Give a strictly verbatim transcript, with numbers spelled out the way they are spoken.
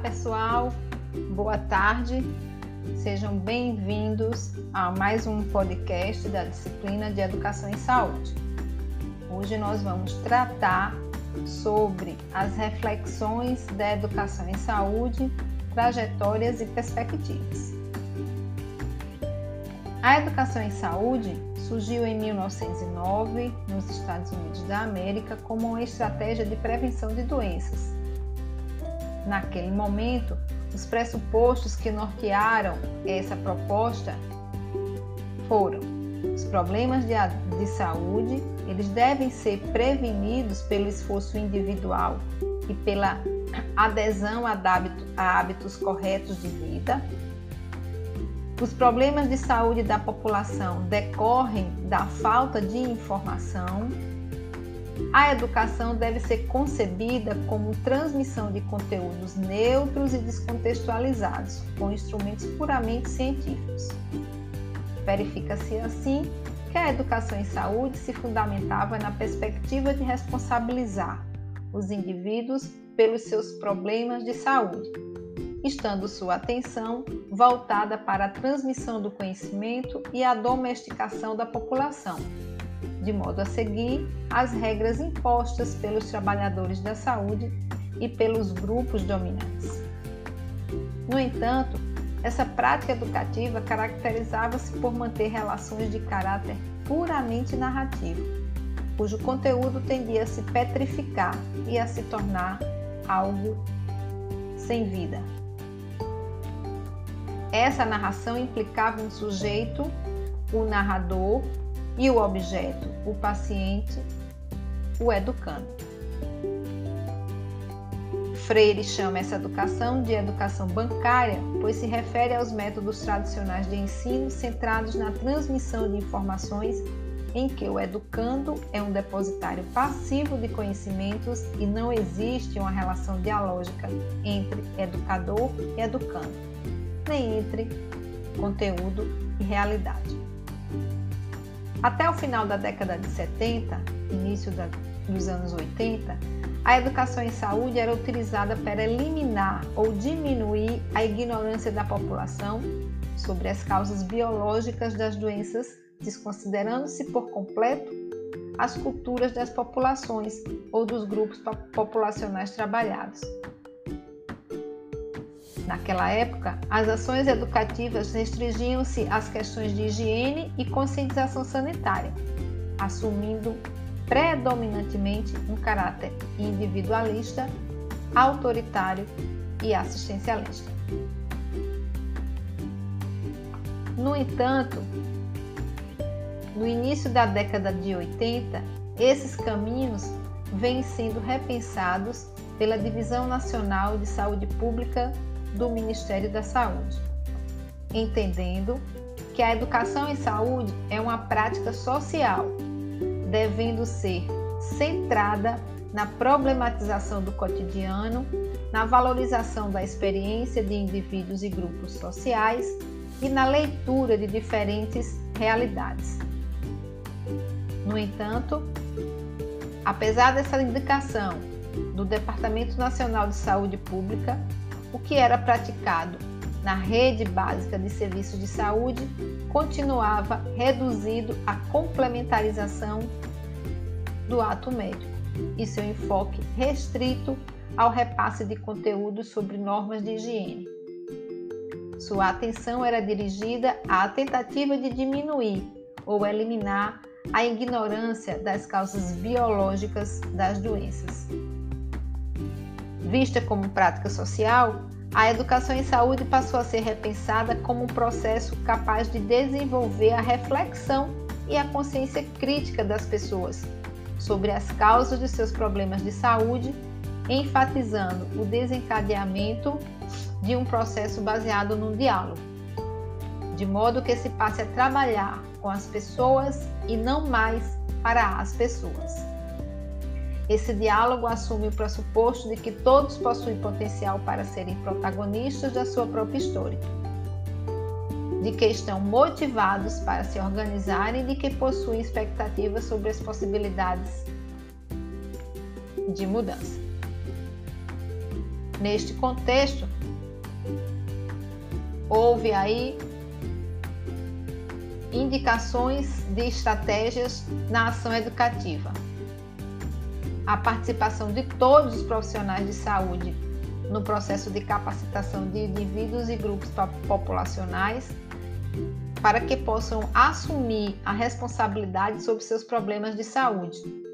pessoal, boa tarde, sejam bem-vindos a mais um podcast da disciplina de Educação em Saúde. Hoje nós vamos tratar sobre as reflexões da educação em saúde, trajetórias e perspectivas. A educação em saúde surgiu em mil novecentos e nove nos Estados Unidos da América como uma estratégia de prevenção de doenças. Naquele momento, os pressupostos que nortearam essa proposta foram: os problemas de, de saúde, eles devem ser prevenidos pelo esforço individual e pela adesão a hábitos, a hábitos corretos de vida. Os problemas de saúde da população decorrem da falta de informação. A educação deve ser concebida como transmissão de conteúdos neutros e descontextualizados, com instrumentos puramente científicos. Verifica-se assim que a educação em saúde se fundamentava na perspectiva de responsabilizar os indivíduos pelos seus problemas de saúde, estando sua atenção voltada para a transmissão do conhecimento e a domesticação da população, de modo a seguir as regras impostas pelos trabalhadores da saúde e pelos grupos dominantes. No entanto, essa prática educativa caracterizava-se por manter relações de caráter puramente narrativo, cujo conteúdo tendia a se petrificar e a se tornar algo sem vida. Essa narração implicava um sujeito, o narrador, e o objeto, o paciente, o educando. Freire chama essa educação de educação bancária, pois se refere aos métodos tradicionais de ensino centrados na transmissão de informações, em que o educando é um depositário passivo de conhecimentos e não existe uma relação dialógica entre educador e educando, nem entre conteúdo e realidade. Até o final da década de setenta, início da, dos anos oitenta, a educação em saúde era utilizada para eliminar ou diminuir a ignorância da população sobre as causas biológicas das doenças, desconsiderando-se por completo as culturas das populações ou dos grupos populacionais trabalhados. Naquela época, as ações educativas restringiam-se às questões de higiene e conscientização sanitária, assumindo predominantemente um caráter individualista, autoritário e assistencialista. No entanto, no início da década de oitenta, esses caminhos vêm sendo repensados pela Divisão Nacional de Saúde Pública do Ministério da Saúde, entendendo que a educação em saúde é uma prática social, devendo ser centrada na problematização do cotidiano, na valorização da experiência de indivíduos e grupos sociais e na leitura de diferentes realidades. No entanto, apesar dessa indicação do Departamento Nacional de Saúde Pública, o que era praticado na rede básica de serviços de saúde continuava reduzido à complementarização do ato médico e seu enfoque restrito ao repasse de conteúdos sobre normas de higiene. Sua atenção era dirigida à tentativa de diminuir ou eliminar a ignorância das causas biológicas das doenças. Vista como prática social, a educação em saúde passou a ser repensada como um processo capaz de desenvolver a reflexão e a consciência crítica das pessoas sobre as causas de seus problemas de saúde, enfatizando o desencadeamento de um processo baseado no diálogo, de modo que se passe a trabalhar com as pessoas e não mais para as pessoas. Esse diálogo assume o pressuposto de que todos possuem potencial para serem protagonistas da sua própria história, de que estão motivados para se organizarem e de que possuem expectativas sobre as possibilidades de mudança. Neste contexto, houve aí indicações de estratégias na ação educativa. A participação de todos os profissionais de saúde no processo de capacitação de indivíduos e grupos populacionais para que possam assumir a responsabilidade sobre seus problemas de saúde.